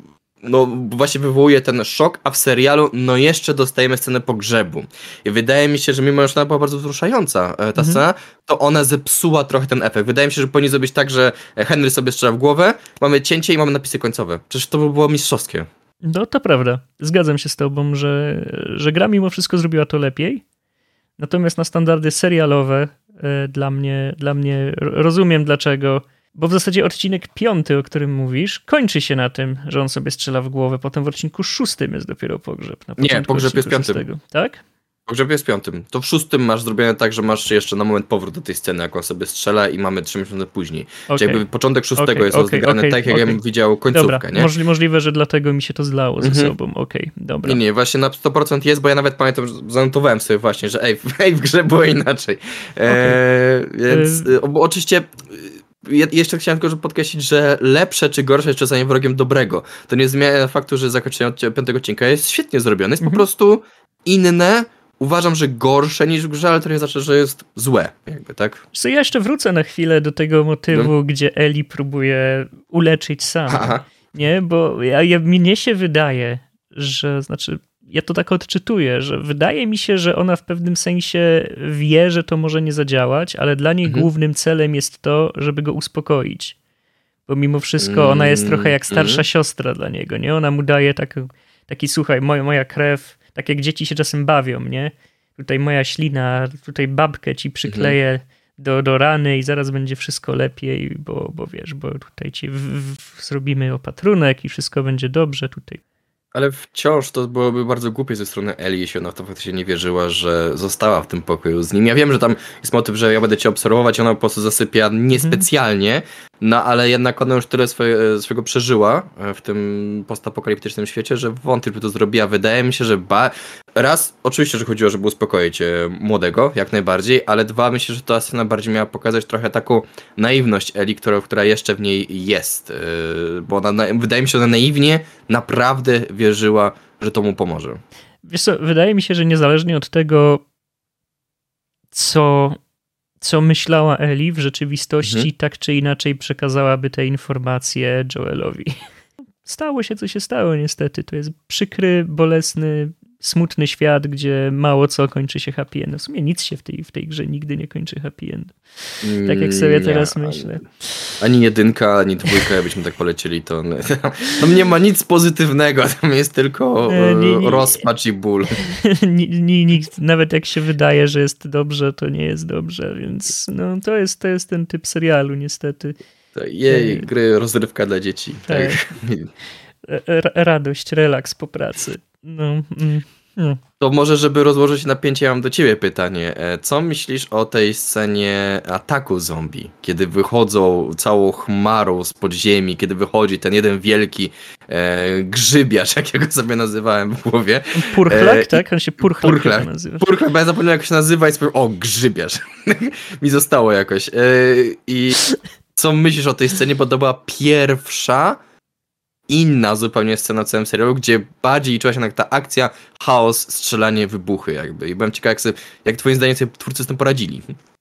no właśnie wywołuje ten szok, a w serialu no jeszcze dostajemy scenę pogrzebu. I wydaje mi się, że mimo, że ona była bardzo wzruszająca, ta mhm. scena, to ona zepsuła trochę ten efekt. Wydaje mi się, że powinien zrobić tak, że Henry sobie strzela w głowę, mamy cięcie i mamy napisy końcowe. Przecież to by było mistrzowskie. No to prawda. Zgadzam się z tobą, że, że gra mimo wszystko zrobiła to lepiej. Natomiast na standardy serialowe e, dla mnie, dla mnie rozumiem dlaczego. Bo w zasadzie odcinek piąty, o którym mówisz, kończy się na tym, że on sobie strzela w głowę. Potem w odcinku szóstym jest dopiero pogrzeb. Na Nie, pogrzeb jest piątym. Szóstego. Tak? Pogrzeb jest piątym. To w szóstym masz zrobione tak, że masz jeszcze na moment powrót do tej sceny, jak on sobie strzela i mamy trzy miesiące później. Okay. Czyli jakby początek szóstego okay, jest okay, rozegrany okay, tak, jak okay. ja bym widział końcówkę, dobra, nie? Możli- możliwe, że dlatego mi się to zlało ze mhm. sobą. Okej, okay, dobra. Nie, nie, właśnie na sto procent jest, bo ja nawet pamiętam, że zanotowałem sobie właśnie, że ej, ej w grze było inaczej. Okay. Eee, więc y- bo oczywiście... Ja jeszcze chciałem tylko podkreślić, że lepsze czy gorsze jest czasami wrogiem dobrego. To nie zmienia faktu, że zakończenie piątego odcinka jest świetnie zrobione. Jest mm-hmm. po prostu inne, uważam, że gorsze niż w grze, ale to nie znaczy, że jest złe, jakby, tak? So ja jeszcze wrócę na chwilę do tego motywu, no. gdzie Ellie próbuje uleczyć sam. Aha. Nie, bo ja, ja, mnie się wydaje, że, znaczy, ja to tak odczytuję, że wydaje mi się, że ona w pewnym sensie wie, że to może nie zadziałać, ale dla niej mhm. głównym celem jest to, żeby go uspokoić. Bo mimo wszystko ona jest trochę jak starsza mm. siostra dla niego, nie? Ona mu daje taki, taki słuchaj, moja, moja krew, tak jak dzieci się czasem bawią, nie? Tutaj moja ślina, tutaj babkę ci przykleję mm. do, do rany i zaraz będzie wszystko lepiej, bo, bo wiesz, bo tutaj ci w, w, zrobimy opatrunek i wszystko będzie dobrze tutaj. Ale wciąż to byłoby bardzo głupie ze strony Ellie, jeśli ona w to faktycznie nie wierzyła, że została w tym pokoju z nim. Ja wiem, że tam jest motyw, że ja będę cię obserwować, ona po prostu zasypia niespecjalnie, no ale jednak ona już tyle swoje, swojego przeżyła w tym postapokaliptycznym świecie, że wątpię, by to zrobiła. Wydaje mi się, że ba... raz, oczywiście, że chodziło, żeby uspokoić młodego, jak najbardziej, ale dwa, myślę, że ta scena bardziej miała pokazać trochę taką naiwność Ellie, która, która jeszcze w niej jest, bo ona, wydaje mi się, że ona naiwnie naprawdę wierzyła, że to mu pomoże. Wiesz co, wydaje mi się, że niezależnie od tego, co, co myślała Ellie, w rzeczywistości mhm. tak czy inaczej przekazałaby te informacje Joelowi. Stało się, co się stało niestety. To jest przykry, bolesny, smutny świat, gdzie mało co kończy się happy end. W sumie nic się w tej, w tej grze nigdy nie kończy happy end. Tak jak sobie teraz nie, myślę. Ani, ani jedynka, ani dwójka, jakbyśmy tak polecieli, to tam nie ma nic pozytywnego, tam jest tylko nie, nie, rozpacz i ból. Nikt, nawet jak się wydaje, że jest dobrze, to nie jest dobrze, więc no, to, jest, to jest ten typ serialu niestety. Jej, gry, rozrywka dla dzieci. Tak. tak. Radość, relaks po pracy. No, mm, mm. To może, żeby rozłożyć napięcie, ja mam do ciebie pytanie. Co myślisz o tej scenie ataku zombie? Kiedy wychodzą całą chmarą z podziemi, kiedy wychodzi ten jeden wielki e, grzybiarz, jak ja go sobie nazywałem w głowie. Purchlak, e, tak? On się Purchlak, Purchlak nazywa. Purchlak, bo ja zapomniałem, jak się nazywa i sobie, o, grzybiarz. Mi zostało jakoś. E, I co myślisz o tej scenie, bo to była pierwsza inna zupełnie scena w całym serialu, gdzie bardziej czuła się jak ta akcja, chaos, strzelanie, wybuchy jakby. I byłem ciekaw, jak, sobie, jak twoim zdaniem sobie twórcy z tym poradzili.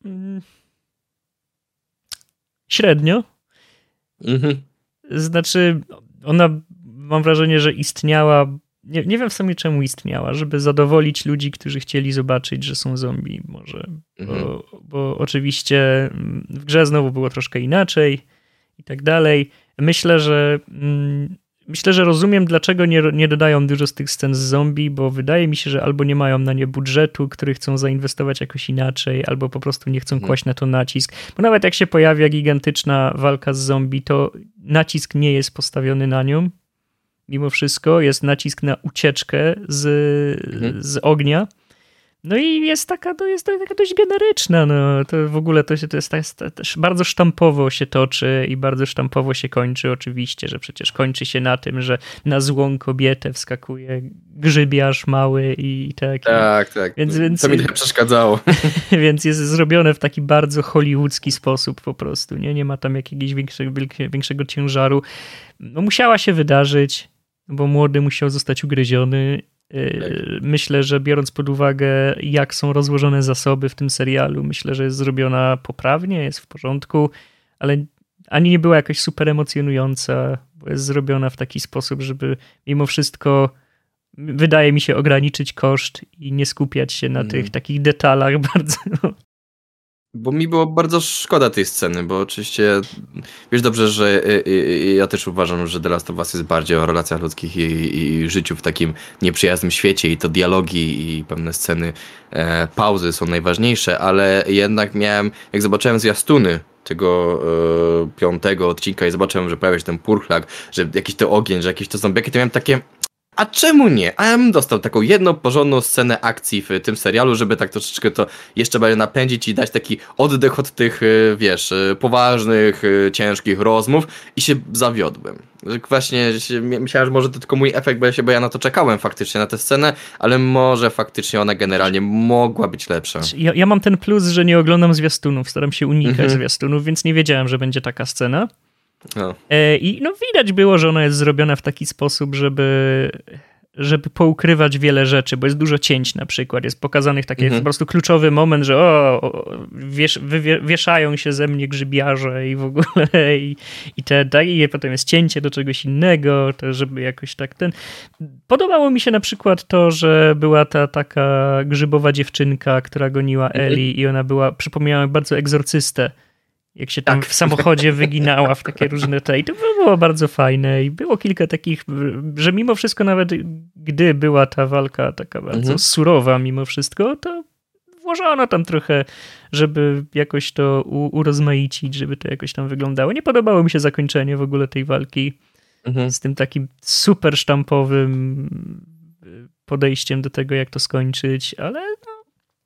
Średnio. Mhm. Znaczy, ona, mam wrażenie, że istniała, nie, nie wiem w sumie czemu istniała, żeby zadowolić ludzi, którzy chcieli zobaczyć, że są zombie może. Mhm. Bo, bo oczywiście w grze znowu było troszkę inaczej i tak dalej. Myślę, że mm, myślę, że rozumiem, dlaczego nie, nie dodają dużo z tych scen z zombie, bo wydaje mi się, że albo nie mają na nie budżetu, który chcą zainwestować jakoś inaczej, albo po prostu nie chcą kłaść na to nacisk. Bo nawet jak się pojawia gigantyczna walka z zombie, to nacisk nie jest postawiony na nią. Mimo wszystko jest nacisk na ucieczkę z, mhm. z ognia. No i jest taka, to jest taka dość generyczna, no to w ogóle to, się, to jest też bardzo sztampowo się toczy i bardzo sztampowo się kończy oczywiście, że przecież kończy się na tym, że na złą kobietę wskakuje grzybiarz mały i tak. Tak, tak, więc, więc, to mi trochę przeszkadzało. Więc jest zrobione w taki bardzo hollywoodzki sposób po prostu, nie, nie ma tam jakiegoś większego, większego ciężaru. No musiała się wydarzyć, bo młody musiał zostać ugryziony. Myślę, że biorąc pod uwagę, jak są rozłożone zasoby w tym serialu, myślę, że jest zrobiona poprawnie, jest w porządku, ale ani nie była jakoś super emocjonująca, bo jest zrobiona w taki sposób, żeby mimo wszystko, wydaje mi się, ograniczyć koszt i nie skupiać się na mm. tych takich detalach bardzo. Bo mi było bardzo szkoda tej sceny, bo oczywiście wiesz dobrze, że ja też uważam, że The Last of Us jest bardziej o relacjach ludzkich i, i życiu w takim nieprzyjaznym świecie i to dialogi i pewne sceny, e, pauzy są najważniejsze, ale jednak miałem, jak zobaczyłem zwiastuny tego e, piątego odcinka i zobaczyłem, że pojawia się ten purchlak, że jakiś to ogień, że jakieś to zombiaki, to miałem takie... A czemu nie? A ja bym dostał taką jedną porządną scenę akcji w tym serialu, żeby tak troszeczkę to jeszcze bardziej napędzić i dać taki oddech od tych, wiesz, poważnych, ciężkich rozmów i się zawiodłem. Właśnie myślałem, że może to tylko mój efekt, bo ja, się, bo ja na to czekałem faktycznie, na tę scenę, ale może faktycznie ona generalnie mogła być lepsza. Ja, ja mam ten plus, że nie oglądam zwiastunów, staram się unikać mhm. zwiastunów, więc nie wiedziałem, że będzie taka scena. No. I no widać było, że ona jest zrobiona w taki sposób, żeby, żeby poukrywać wiele rzeczy, bo jest dużo cięć na przykład, jest pokazanych taki Mhm. po prostu kluczowy moment, że o, o wiesz, wywie, wieszają się ze mnie grzybiarze i w ogóle i, i te, tak, i potem jest cięcie do czegoś innego, to żeby jakoś tak ten... Podobało mi się na przykład to, że była ta taka grzybowa dziewczynka, która goniła Mhm. Eli i ona była, przypomniała mi bardzo egzorcystę, jak się tam Tak. w samochodzie wyginała w takie różne te i to było bardzo fajne i było kilka takich, że mimo wszystko nawet gdy była ta walka taka bardzo Mhm. surowa mimo wszystko, to włożono tam trochę, żeby jakoś to u, urozmaicić, żeby to jakoś tam wyglądało. Nie podobało mi się zakończenie w ogóle tej walki Mhm. z tym takim super sztampowym podejściem do tego, jak to skończyć, ale no,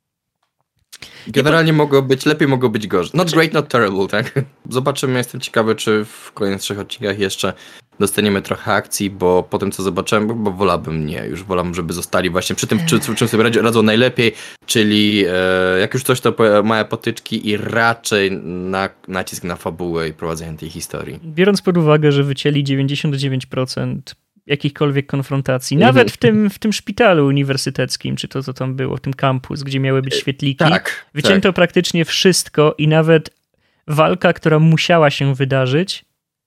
Generalnie mogło być, lepiej mogło być gorzej. Not great, not terrible, tak? Zobaczymy, jestem ciekawy, czy w kolejnych trzech odcinkach jeszcze dostaniemy trochę akcji, bo po tym, co zobaczyłem, bo wolałbym nie, już wolałbym, żeby zostali właśnie przy tym, czym, czym sobie radzą, radzą najlepiej, czyli e, jak już coś, to po- małe potyczki i raczej na, nacisk na fabułę i prowadzenie tej historii. biorąc pod uwagę, że wycięli dziewięćdziesiąt dziewięć procent jakichkolwiek konfrontacji, Mhm. nawet w tym, w tym szpitalu uniwersyteckim, czy to co tam było, w tym kampus, gdzie miały być świetliki, Tak, wycięto tak. praktycznie wszystko i nawet walka, która musiała się wydarzyć,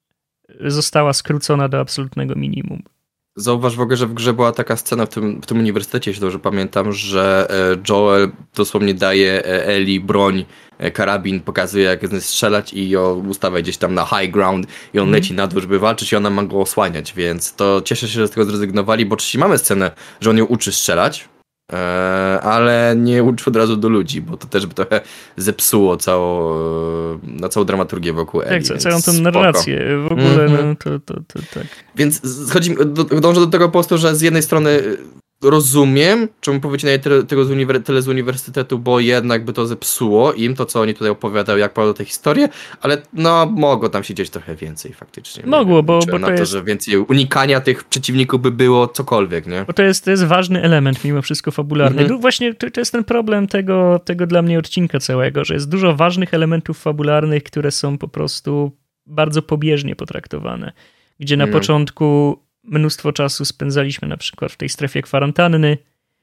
została skrócona do absolutnego minimum. Zauważ w ogóle, że w grze była taka scena w tym, w tym uniwersytecie, jeśli dobrze pamiętam, że e, Joel dosłownie daje e, Eli broń, e, karabin, pokazuje jak z niej strzelać i ją ustawia gdzieś tam na high ground i on Mhm. leci na dół, żeby walczyć i ona ma go osłaniać, więc to cieszę się, że z tego zrezygnowali, bo oczywiście mamy scenę, że on ją uczy strzelać, e, ale nie uczy od razu do ludzi, bo to też by trochę zepsuło całą, na całą dramaturgię wokół Eli. Tak, ca- więc całą tą spoko. narrację w ogóle, Mhm. no to, to, to tak. Więc z- chodzi, do, dążę do tego po prostu, że z jednej strony y, rozumiem, czemu powiedzieli tyle, tego z uniwer- tyle z uniwersytetu, bo jednak by to zepsuło im to, co oni tutaj opowiadają, jak prawda tę historię, ale no mogło tam się dziać trochę więcej faktycznie. Nie Mogło, wiem, bo- liczyłem bo na to to, jest- że więcej unikania tych przeciwników by było cokolwiek, nie? Bo to jest, to jest ważny element mimo wszystko fabularny. Mhm. Tu właśnie to, to jest ten problem tego, tego dla mnie odcinka całego, że jest dużo ważnych elementów fabularnych, które są po prostu bardzo pobieżnie potraktowane. Gdzie na Mhm. początku mnóstwo czasu spędzaliśmy na przykład w tej strefie kwarantanny.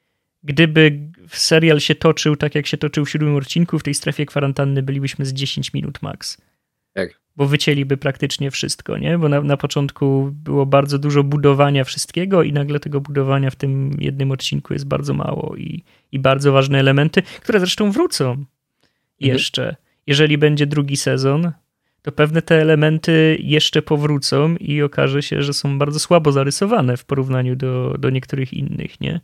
Gdyby serial się toczył tak, jak się toczył w siódmym odcinku, w tej strefie kwarantanny bylibyśmy z dziesięć minut max. Tak. Bo wycięliby praktycznie wszystko, nie? Bo na, na początku było bardzo dużo budowania wszystkiego i nagle tego budowania w tym jednym odcinku jest bardzo mało i, i bardzo ważne elementy, które zresztą wrócą jeszcze. Jeżeli będzie drugi sezon, to pewne te elementy jeszcze powrócą i okaże się, że są bardzo słabo zarysowane w porównaniu do, do niektórych innych, nie?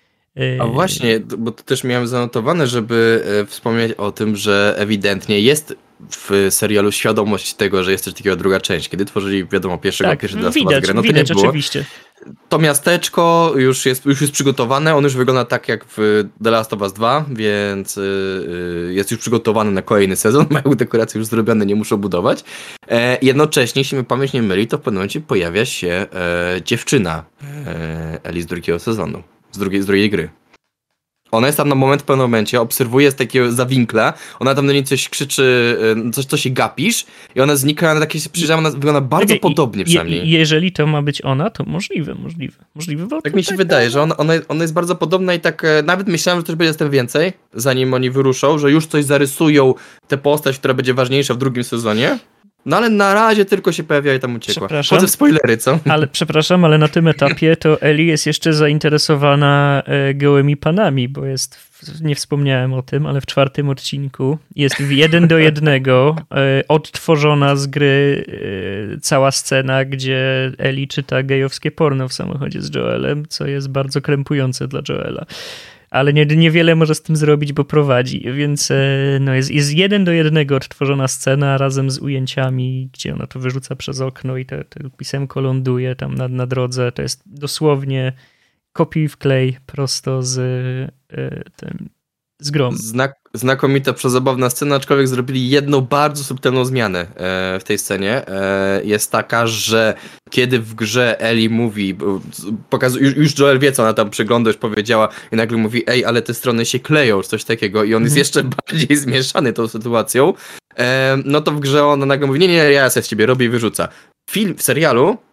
A właśnie, bo to też miałem zanotowane, żeby e, wspomnieć o tym, że ewidentnie jest w serialu świadomość tego, że jest też takiego druga część. Kiedy tworzyli, wiadomo, pierwszego, Tak, pierwszy The Last of Us widać, grę, no to widać nie było. oczywiście. To miasteczko już jest, już jest przygotowane, on już wygląda tak jak w The Last of Us dwa, więc yy, jest już przygotowany na kolejny sezon, mają dekoracje już zrobione, nie muszą budować. E, jednocześnie, jeśli mi pamięć nie myli, to w pewnym momencie pojawia się e, dziewczyna e, Eli z drugiego sezonu, z drugiej, z drugiej gry. Ona jest tam na moment, w pewnym momencie, obserwuje z takiego zawinkla, ona tam do niej coś krzyczy, y, coś, co się gapisz i ona znika, ona takie się przyjrzała, ona wygląda bardzo Czekaj, podobnie je- przynajmniej. Jeżeli to ma być ona, to możliwe, możliwe. Możliwe, bo Tak to mi się taka- wydaje, że ona, ona, ona jest bardzo podobna i tak e, nawet myślałem, że też będzie z tym więcej, zanim oni wyruszą, że już coś zarysują tę postać, która będzie ważniejsza w drugim sezonie. No ale na razie tylko się pojawia i tam uciekła. Przepraszam. Chodzę w spoilery, co? Ale przepraszam, ale na tym etapie to Eli jest jeszcze zainteresowana e, gołymi panami, bo jest, w, nie wspomniałem o tym, ale w czwartym odcinku jest w jeden do jednego e, odtworzona z gry e, cała scena, gdzie Eli czyta gejowskie porno w samochodzie z Joelem, co jest bardzo krępujące dla Joela. Ale nie, niewiele może z tym zrobić, bo prowadzi, więc e, no jest, jest jeden do jednego odtworzona scena razem z ujęciami, gdzie ona to wyrzuca przez okno i to, to pisemko ląduje tam na, na drodze. To jest dosłownie kopiuj wklej prosto z e, tym, z grom. Znak, znakomita, przezabawna scena, aczkolwiek zrobili jedną bardzo subtelną zmianę e, w tej scenie. E, jest taka, że kiedy w grze Eli mówi, bo pokazuje, już, już Joel wie, co ona tam przegląda, już powiedziała i nagle mówi, ej, ale te strony się kleją, czy coś takiego i on jest jeszcze bardziej zmieszany tą sytuacją, e, no to w grze ona nagle mówi, nie, nie, ja sobie z ciebie robię i wyrzuca. Film w serialu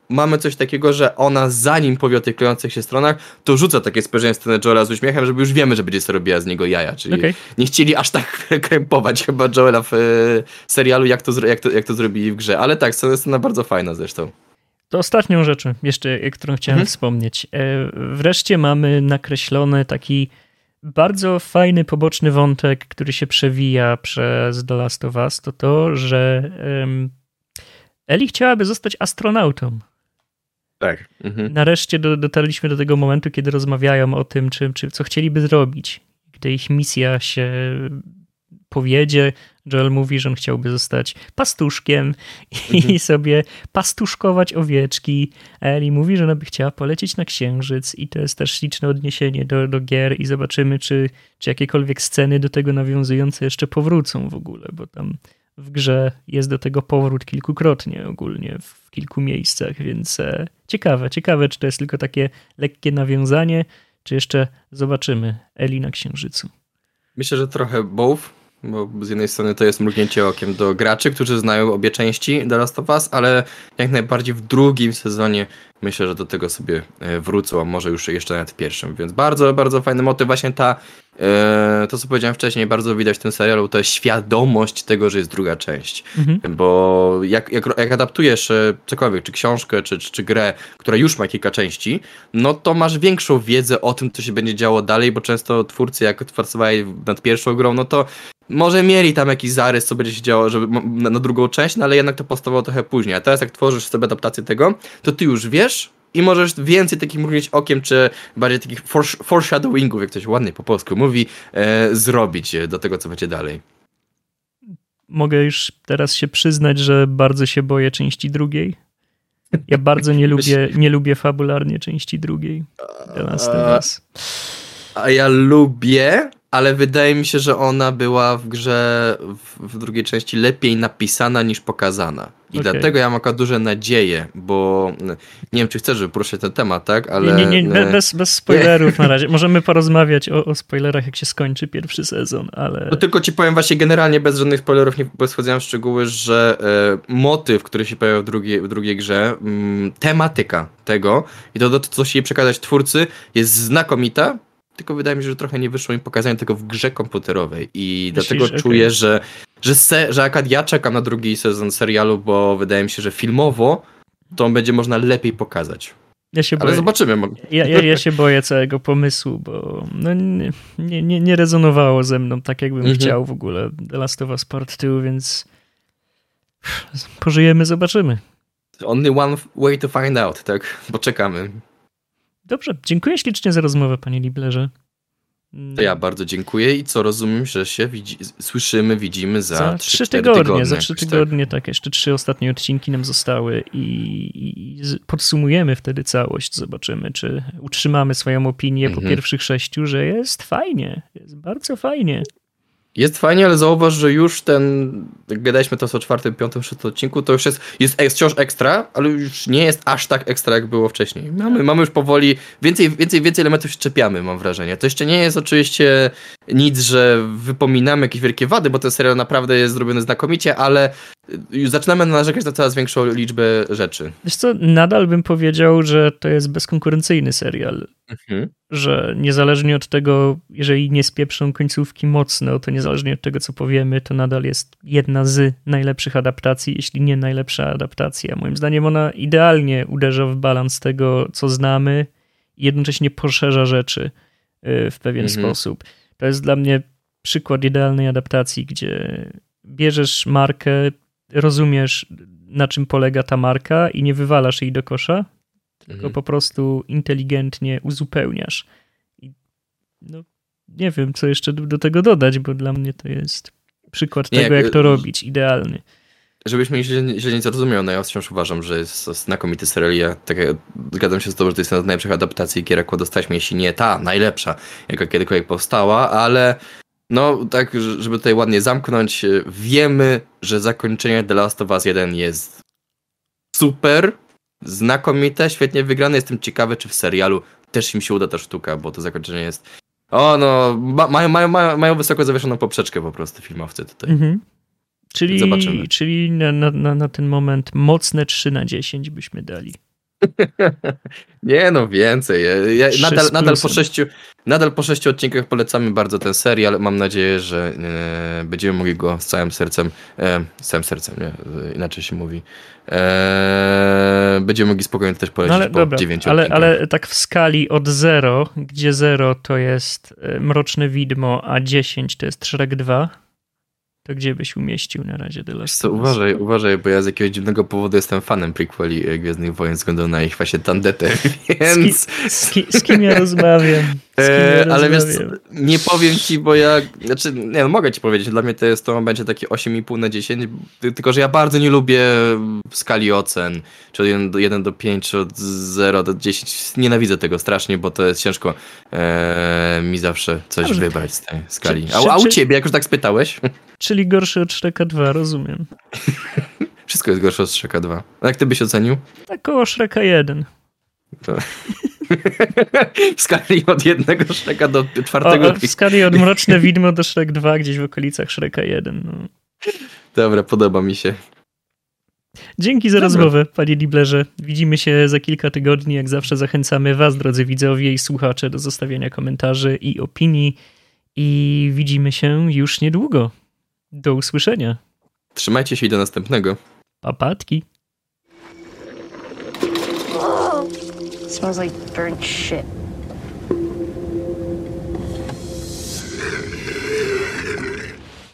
mamy coś takiego, że ona zanim powie o tych klejących się stronach, to rzuca takie spojrzenie w stronę Joela z uśmiechem, żeby już wiemy, że będzie sobie robiła z niego jaja, czyli Okay. nie chcieli aż tak krępować chyba Joela w e, serialu, jak to, jak, to, jak to zrobili w grze, ale tak, scena jest scena bardzo fajna zresztą. To ostatnią rzeczą jeszcze, którą chciałem Mhm. wspomnieć. E, Wreszcie mamy nakreślony taki bardzo fajny, poboczny wątek, który się przewija przez The Last of Us, to to, że um, Ellie chciałaby zostać astronautą. Tak. Mhm. Nareszcie do, dotarliśmy do tego momentu, kiedy rozmawiają o tym, czy, czy, co chcieliby zrobić. Gdy ich misja się powiedzie, Joel mówi, że on chciałby zostać pastuszkiem Mhm. i sobie pastuszkować owieczki. A Ellie mówi, że ona by chciała polecieć na Księżyc i to jest też śliczne odniesienie do, do gier i zobaczymy, czy, czy jakiekolwiek sceny do tego nawiązujące jeszcze powrócą w ogóle, bo tam w grze jest do tego powrót kilkukrotnie ogólnie w kilku miejscach, więc e, ciekawe, ciekawe, czy to jest tylko takie lekkie nawiązanie, czy jeszcze zobaczymy Ellie na Księżycu. Myślę, że trochę both, bo z jednej strony to jest mrugnięcie okiem do graczy, którzy znają obie części The Last of Us, ale jak najbardziej w drugim sezonie myślę, że do tego sobie e, wrócą, a może już jeszcze nawet w pierwszym, więc bardzo, bardzo fajny motyw. Właśnie ta, e, to co powiedziałem wcześniej, bardzo widać w tym serialu, to jest świadomość tego, że jest druga część. Mhm. Bo jak, jak, jak adaptujesz e, cokolwiek, czy książkę, czy, czy, czy grę, która już ma kilka części, no to masz większą wiedzę o tym, co się będzie działo dalej, bo często twórcy, jak pracowali nad pierwszą grą, no to może mieli tam jakiś zarys, co będzie się działo żeby, na, na drugą część, no ale jednak to powstawało trochę później. A teraz jak tworzysz sobie adaptację tego, to ty już wiesz i możesz więcej takich mrugnięć okiem, czy bardziej takich fore- foreshadowingów, jak ktoś ładnie po polsku mówi, e, zrobić do tego, co będzie dalej. Mogę już teraz się przyznać, że bardzo się boję części drugiej. Ja bardzo nie lubię, nie lubię fabularnie części drugiej. The Last of Us. A ja lubię, ale wydaje mi się, że ona była w grze w, w drugiej części lepiej napisana niż pokazana. I Okej. dlatego ja mam akurat duże nadzieje, bo nie wiem, czy chcesz, żeby poruszyć ten temat, tak? Ale Nie, nie, nie, be- bez, bez spoilerów na razie. Możemy porozmawiać o, o spoilerach, jak się skończy pierwszy sezon, ale... No tylko ci powiem właśnie generalnie, bez żadnych spoilerów, nie bez wchodzenia w szczegóły, że e, motyw, który się pojawia w drugiej, w drugiej grze, mm, tematyka tego i to, to, co chcieli przekazać twórcy, jest znakomita, tylko wydaje mi się, że trochę nie wyszło im pokazanie tego w grze komputerowej i Myślisz, dlatego okej. czuję, że, że, se, że akad ja czekam na drugi sezon serialu, bo wydaje mi się, że filmowo to będzie można lepiej pokazać. Ja się Ale boję. zobaczymy. Ja, ja, ja się boję całego pomysłu, bo no nie, nie, nie, nie rezonowało ze mną tak, jakbym Mhm. chciał w ogóle The Last of Us Part dwa, więc pożyjemy, zobaczymy. Only one way to find out, tak? Poczekamy. Dobrze, dziękuję ślicznie za rozmowę, panie Liblerze. To ja bardzo dziękuję i co, rozumiem, że się widzi, słyszymy, widzimy za, Za trzy, trzy cztery tygodnie, tygodnie za trzy jakoś, tak? tygodnie, tak, jeszcze trzy ostatnie odcinki nam zostały i, i z- podsumujemy wtedy całość, zobaczymy, czy utrzymamy swoją opinię po Mhm. pierwszych sześciu, że jest fajnie, jest bardzo fajnie. Jest fajnie, ale zauważ, że już ten, jak gadaliśmy teraz o czwartym, piątym, szóstym odcinku, to już jest, jest ek- wciąż ekstra, ale już nie jest aż tak ekstra, jak było wcześniej. Mamy, mamy już powoli, więcej, więcej, więcej elementów się czepiamy, mam wrażenie. To jeszcze nie jest oczywiście nic, że wypominamy jakieś wielkie wady, bo ten serial naprawdę jest zrobiony znakomicie, ale już zaczynamy narzekać na coraz większą liczbę rzeczy. Wiesz co, nadal bym powiedział, że to jest bezkonkurencyjny serial, Mhm. że niezależnie od tego, jeżeli nie spieprzą końcówki mocno, to niezależnie od tego, co powiemy, to nadal jest jedna z najlepszych adaptacji, jeśli nie najlepsza adaptacja. Moim zdaniem ona idealnie uderza w balans tego, co znamy i jednocześnie poszerza rzeczy y, w pewien Mhm. sposób. To jest dla mnie przykład idealnej adaptacji, gdzie bierzesz markę, rozumiesz, na czym polega ta marka i nie wywalasz jej do kosza, tylko Mhm. po prostu inteligentnie uzupełniasz. I no, nie wiem, co jeszcze do, do tego dodać, bo dla mnie to jest przykład Nie, tego, jak- jak to robić. Idealny. Żebyś mnie źle, źle nie zrozumiał, no ja wciąż uważam, że jest to znakomity serial. Ja tak, zgadzam się z tobą, że to jest jedna z najlepszych adaptacji gier, jaką dostaliśmy, jeśli nie ta najlepsza, jaka kiedykolwiek powstała, ale no tak, ż- żeby tutaj ładnie zamknąć, wiemy, że zakończenie The Last of Us jeden jest super, znakomite, świetnie wygrane. Jestem ciekawy, czy w serialu też im się uda ta sztuka, bo to zakończenie jest... O no, ma, mają, mają, mają, mają wysoko zawieszoną poprzeczkę po prostu filmowcy tutaj. Mhm. Czyli, Zobaczymy. czyli na, na, na, na ten moment mocne trzy na dziesięć byśmy dali. Nie no, więcej. Ja, Trzy nadal, z nadal, po plusem. sześciu, nadal po sześciu odcinkach polecamy bardzo ten serial. Mam nadzieję, że e, będziemy mogli go z całym sercem, e, z całym sercem, nie, inaczej się mówi, e, będziemy mogli spokojnie też polecić No ale po dobra, dziewięciu ale, odcinkach. ale tak w skali od zero, gdzie zero to jest e, Mroczne Widmo, a dziesięć to jest Shrek dwa, to gdzie byś umieścił na razie The Wiesz Last co, of Us? uważaj, uważaj, bo ja z jakiegoś dziwnego powodu jestem fanem prequeli e, Gwiezdnych Wojen ze względu na ich właśnie tandetę, więc... Z, ki, z, ki, z kim ja rozmawiam? Z kim ja E, ale wiesz co, rozmawiam? nie powiem ci, bo ja, znaczy, nie no, mogę ci powiedzieć, dla mnie to jest, to będzie takie osiem i pół na dziesięć, ty- tylko że ja bardzo nie lubię skali ocen, czy od jeden do, jeden do pięć, czy od zero do dziesięć, nienawidzę tego strasznie, bo to jest ciężko e, mi zawsze coś Dobrze. wybrać z tej skali. Czy- A, a u czy- ciebie, jak już tak spytałeś, Czyli gorszy od Shreka dwa, rozumiem. wszystko jest gorsze od Shreka dwa. A jak ty byś ocenił? Tak koło Shreka jeden. W skali od jednego Shreka do O, czwartego. o, w skali od Mroczne Widmo do Shrek dwa, gdzieś w okolicach Shreka jeden. No. Dobra, podoba mi się. Dzięki za Dobra. rozmowę, panie Diblerze. Widzimy się za kilka tygodni. Jak zawsze zachęcamy was, drodzy widzowie i słuchacze, do zostawiania komentarzy i opinii. I widzimy się już niedługo. Do usłyszenia. Trzymajcie się i do następnego. Papatki. Smells like burnt shit.